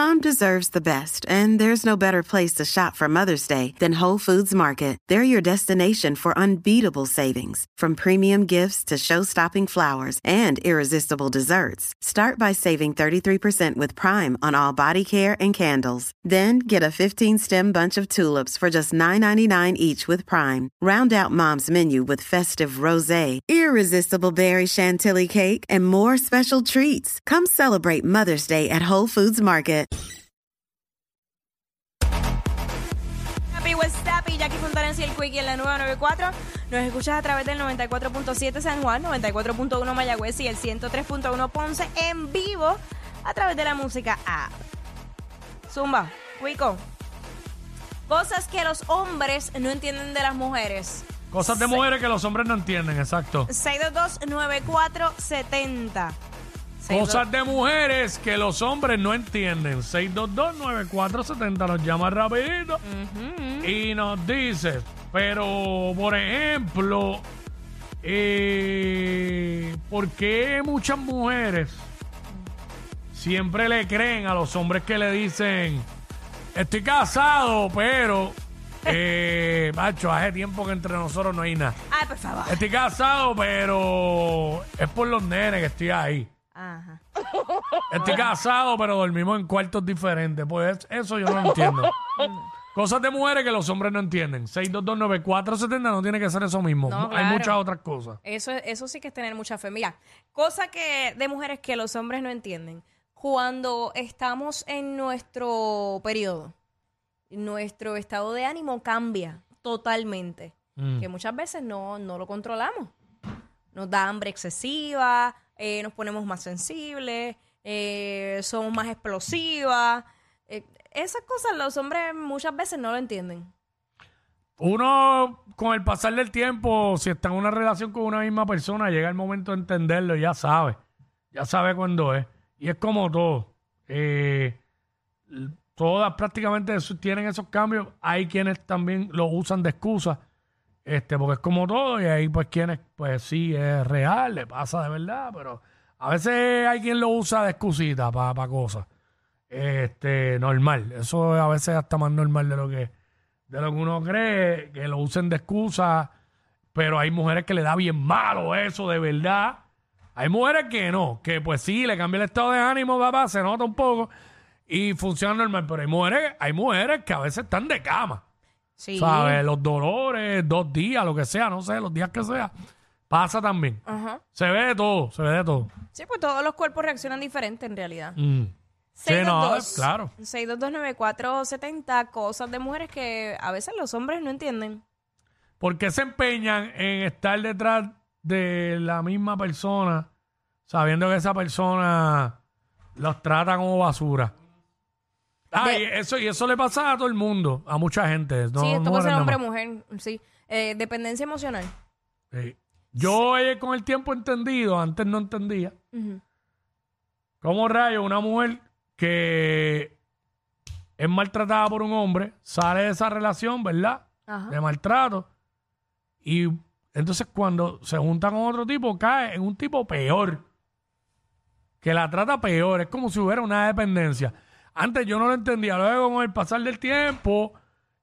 Mom deserves the best, and there's no better place to shop for Mother's Day than Whole Foods Market. They're your destination for unbeatable savings, from premium gifts to show-stopping flowers and irresistible desserts. Start by saving 33% with Prime on all body care and candles. Then get a 15-stem bunch of tulips for just $9.99 each with Prime. Round out Mom's menu with festive rosé, irresistible berry chantilly cake, and more special treats. Come celebrate Mother's Day at Whole Foods Market. Happy West Happy, Jackie Fontanes y el Quickie en la nueva 94. Nos escuchas a través del 94.7 San Juan, 94.1 Mayagüez y el 103.1 Ponce en vivo a través de la música app. Zumba, Quico. Cosas que los hombres no entienden de las mujeres. Cosas de mujeres que los hombres no entienden, exacto. 622-9470. Cosas de mujeres que los hombres no entienden. 622-9470 nos llama rapidito y nos dice, pero por ejemplo, ¿por qué muchas mujeres siempre le creen a los hombres que le dicen, estoy casado, pero macho, hace tiempo que entre nosotros no hay nada? Ay, por favor. Estoy casado, pero es por los nenes que estoy ahí. Ajá. Estoy casado, pero dormimos en cuartos diferentes. Pues eso yo no lo entiendo. Cosas de mujeres que los hombres no entienden. 6229470 no tiene que ser eso mismo. No, Hay claro. muchas otras cosas. Eso sí que es tener mucha fe. Mira, cosa que de mujeres que los hombres no entienden. Cuando estamos en nuestro periodo, nuestro estado de ánimo cambia totalmente. Que muchas veces no lo controlamos. Nos da hambre excesiva, nos ponemos más sensibles, somos más explosivas. Esas cosas los hombres muchas veces no lo entienden. Uno, con el pasar del tiempo, si está en una relación con una misma persona, llega el momento de entenderlo y ya sabe cuándo es. Y es como todo. Todas prácticamente tienen esos cambios. Hay quienes también lo usan de excusa, porque es como todo, y hay pues quienes, pues sí, es real, le pasa de verdad, pero a veces hay quien lo usa de excusita para cosas. Normal. Eso a veces hasta más normal de lo que uno cree, que lo usen de excusa, pero hay mujeres que le da bien malo eso, de verdad. Hay mujeres que no, que pues sí, le cambia el estado de ánimo, papá, se nota un poco y funciona normal, pero hay mujeres que a veces están de cama. Sí. ¿Sabes? Los dolores, 2 días, lo que sea, no sé, los días que sea, pasa también. Ajá. Se ve de todo. Sí, pues todos los cuerpos reaccionan diferente en realidad. Sí, no, claro. 6229470, cosas de mujeres que a veces los hombres no entienden. ¿Por qué se empeñan en estar detrás de la misma persona sabiendo que esa persona los trata como basura? Y eso le pasa a todo el mundo, a mucha gente. No, Sí, esto puede ser nada hombre o más. mujer. Sí. Dependencia emocional. Sí. Yo con el tiempo he entendido, antes no entendía, cómo rayos una mujer que es maltratada por un hombre sale de esa relación, ¿verdad? Ajá. De maltrato. Y entonces cuando se junta con otro tipo, cae en un tipo peor, que la trata peor. Es como si hubiera una dependencia. Antes yo no lo entendía. Luego, con el pasar del tiempo,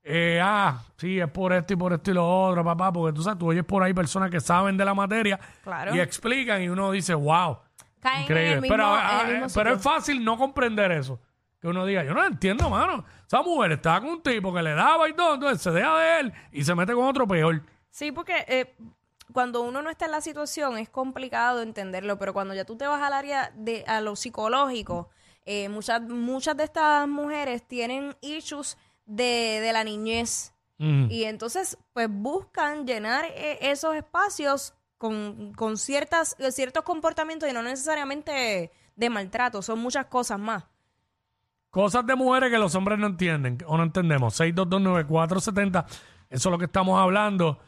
sí, es por esto y lo otro, papá, porque tú sabes, tú oyes por ahí personas que saben de la materia Claro. y explican y uno dice, wow, Caen increíble. en el mismo, pero en el mismo pero ciclo. es fácil no comprender eso. Que uno diga, yo no entiendo, mano. Esa mujer estaba con un tipo que le daba y todo, entonces se deja de él y se mete con otro peor. Sí, porque cuando uno no está en la situación es complicado entenderlo, pero cuando ya tú te vas al área a lo psicológico, muchas de estas mujeres tienen issues de la niñez. Y entonces pues buscan llenar esos espacios con ciertos comportamientos y no necesariamente de maltrato, son muchas cosas más. Cosas de mujeres que los hombres no entienden o no entendemos. 6229470, eso es lo que estamos hablando.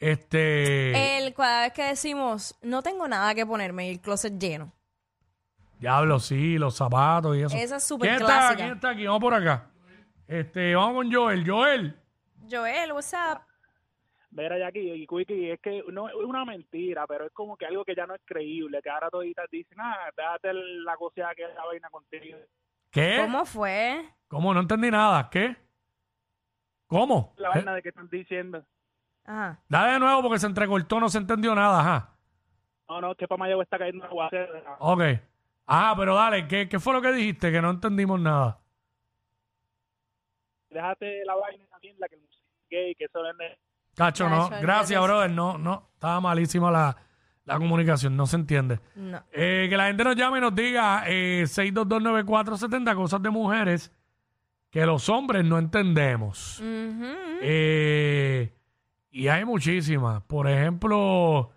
Cada vez que decimos, no tengo nada que ponerme y el closet lleno. Diablo, sí, los zapatos y eso. Esa es súper ¿Quién clásica. está? ¿Quién está aquí? Vamos por acá. Vamos con Joel. Joel, what's up? Mira, Jackie y Quickie, es que no es una mentira, pero es como que algo que ya no es creíble, que ahora toditas dicen, déjate la cosa que es la vaina contigo. ¿Qué? ¿Cómo fue? ¿Cómo? No entendí nada. ¿Qué? ¿Cómo? La vaina de que están diciendo. Ajá. Dale de nuevo porque se entrecortó, no se entendió nada. Ajá. No, que para Mayagüez está cayendo aguacero. Ok. Ajá, pero dale, ¿qué fue lo que dijiste? Que no entendimos nada. Déjate la vaina también, la que el músico es gay, que eso no es... Cacho, no. Cacho, Gracias, no. brother. No. Estaba malísima la comunicación. No se entiende. No. Que la gente nos llame y nos diga 6229470 cosas de mujeres que los hombres no entendemos. Ujú. Y hay muchísimas. Por ejemplo,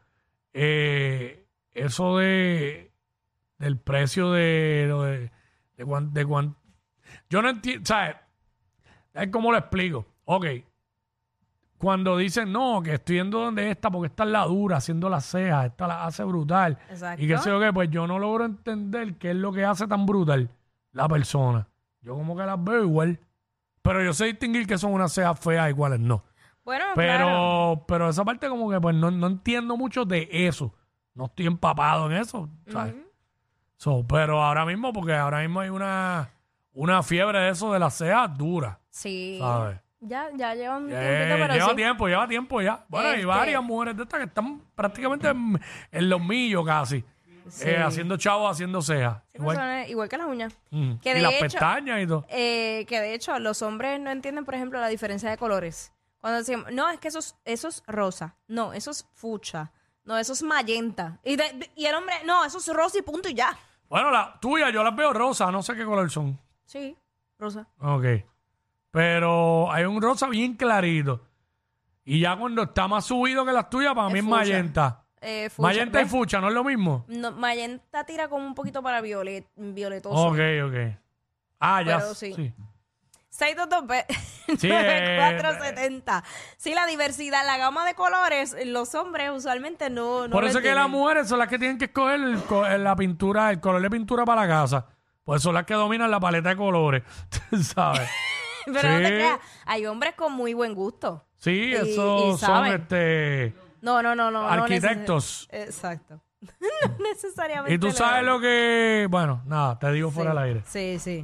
eso del precio de cuán. Yo no entiendo, ¿sabes? ¿Cómo lo explico? Ok. Cuando dicen, no, que estoy yendo donde esta porque esta es la dura, haciendo las cejas, esta la hace brutal. Exacto. Y qué sé yo qué, pues yo no logro entender qué es lo que hace tan brutal la persona. Yo como que las veo igual. Pero yo sé distinguir que son unas cejas feas y cuáles no. Bueno, claro. Pero esa parte como que pues no entiendo mucho de eso. No estoy empapado en eso, ¿sabes? Pero ahora mismo, porque ahora mismo hay una fiebre de eso de las cejas duras, Sí. ¿sabes? Ya lleva un tiempito, pero Lleva tiempo ya. Bueno, hay varias mujeres de estas que están prácticamente en los millos casi. Sí. Haciendo chavos, haciendo cejas. Sí, pues son igual que las uñas. Que Y de las hecho, pestañas y todo. que de hecho los hombres no entienden, por ejemplo, la diferencia de colores. Cuando decimos, no, es que eso es rosa. No, eso es fucha. No, eso es magenta. Y el hombre, no, eso es rosa y punto y ya. Bueno, la tuya yo las veo rosa, no sé qué color son. Sí, rosa. Ok. Pero hay un rosa bien clarito. Y ya cuando está más subido que las tuyas, para mí es fucsia. magenta. Fucha, Magenta y ¿ves? fucha, ¿no es lo mismo? No, magenta tira como un poquito para violetoso. Ok. Ah, ya. Pero sí. Sí. 622-9470. Sí, la diversidad, la gama de colores, los hombres usualmente no Por lo eso es que entienden. las mujeres son las que tienen que escoger la pintura, el color de pintura para la casa. Pues son las que dominan la paleta de colores. ¿Sabes? Pero no te Sí. creas, hay hombres con muy buen gusto. Sí, Y esos son saben. no No arquitectos. exacto. No necesariamente. Y tú sabes lo que... Bueno, nada, te digo fuera del aire. Sí.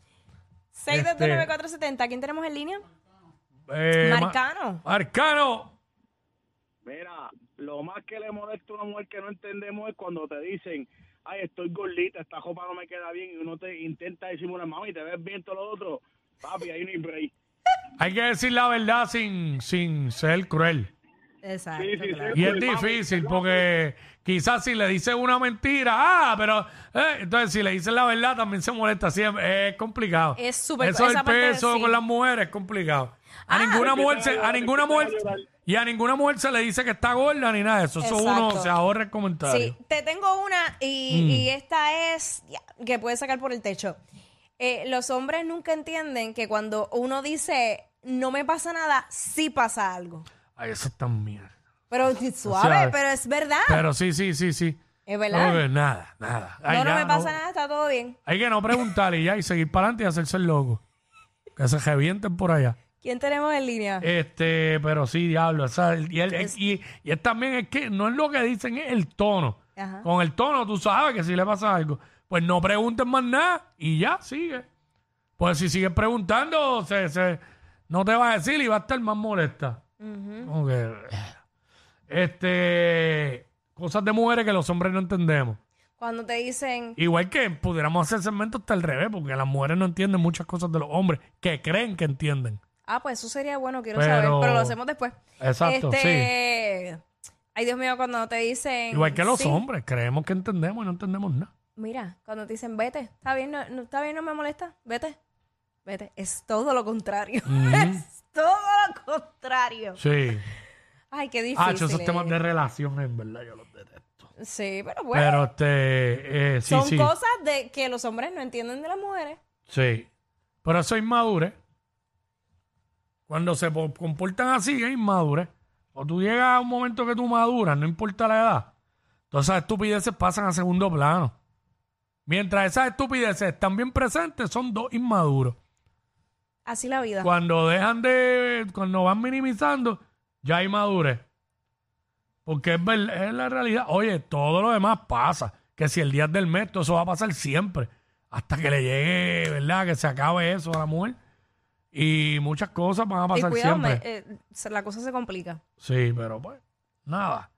622-9470. ¿Quién tenemos en línea? Marcano. Marcano. Mira, lo más que le molesta a una mujer que no entendemos es cuando te dicen, ay, estoy gordita, esta ropa no me queda bien, y uno te intenta disimular, mami, te ves bien todo lo otro. Papi, ahí no hay break. Hay que decir la verdad sin ser cruel. Exacto. Sí, claro. Y es difícil porque quizás si le dices una mentira, pero entonces si le dices la verdad también se molesta siempre. Es complicado. Es súper- Eso del esa parte, peso sí. con las mujeres es complicado. A ninguna mujer y a ninguna mujer se le dice que está gorda ni nada de eso. Eso Exacto. uno se ahorra el comentario. Sí, te tengo una y esta es que puedes sacar por el techo. Los hombres nunca entienden que cuando uno dice no me pasa nada, sí pasa algo. Ay, eso es tan mierda. Pero suave, O sea, pero es verdad. Pero sí. Es verdad. No, nada. Ay, no ya, me pasa nada, está todo bien. Hay que no preguntar y ya, y seguir para adelante y hacerse el loco. Que se revienten por allá. ¿Quién tenemos en línea? Pero sí, diablo. O sea, y él también es que no es lo que dicen, es el tono. Ajá. Con el tono tú sabes que si le pasa algo, pues no preguntes más nada y ya, sigue. Pues si sigues preguntando, no te va a decir y va a estar más molesta. Como que, cosas de mujeres que los hombres no entendemos. Cuando te dicen, Igual que pudiéramos hacer segmentos hasta al revés, porque las mujeres no entienden muchas cosas de los hombres que creen que entienden. pues eso sería bueno, quiero Pero- saber, pero lo hacemos después. Exacto, Ay, Dios mío, cuando te dicen... Igual que los sí, hombres, creemos que entendemos y no entendemos nada. Mira, cuando te dicen, vete, está bien, está bien, no me molesta, vete. Es todo lo contrario. Es todo lo contrario. Sí. Ay, qué difícil. Esos temas es. de relación, en verdad, yo los detesto. Sí, pero bueno. Pero sí, son sí. cosas de que los hombres no entienden de las mujeres. Sí. Pero eso es inmadurez. Cuando se comportan así, es inmadurez. O tú llegas a un momento que tú maduras, no importa la edad. Todas esas estupideces pasan a segundo plano. Mientras esas estupideces están bien presentes, son dos inmaduros. Así la vida. Cuando cuando van minimizando, ya hay madurez. Porque es la realidad. Oye, todo lo demás pasa. Que si el día es del mes, todo eso va a pasar siempre. hasta que le llegue, ¿verdad? Que se acabe eso a la mujer. Y muchas cosas van a pasar Y cuidado, siempre. la cosa se complica. Sí, pero pues, nada.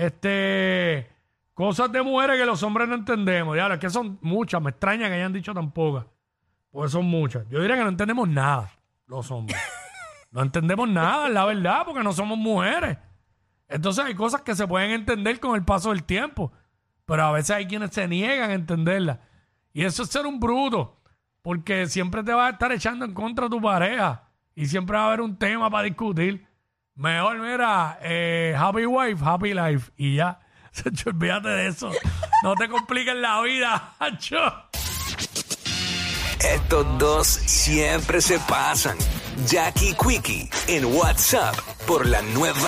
Cosas de mujeres que los hombres no entendemos. Ya, es que son muchas. Me extraña que hayan dicho tan pocas. Pues son muchas. Yo diría que no entendemos nada, los hombres. No entendemos nada, la verdad, porque no somos mujeres. Entonces hay cosas que se pueden entender con el paso del tiempo. Pero a veces hay quienes se niegan a entenderlas. Y eso es ser un bruto. Porque siempre te vas a estar echando en contra de tu pareja. Y siempre va a haber un tema para discutir. Mejor, mira, happy wife, happy life. Y ya. Sancho, olvídate de eso. No te compliques la vida, Sancho. Estos dos siempre se pasan. Jackie Quickie en WhatsApp por la nueva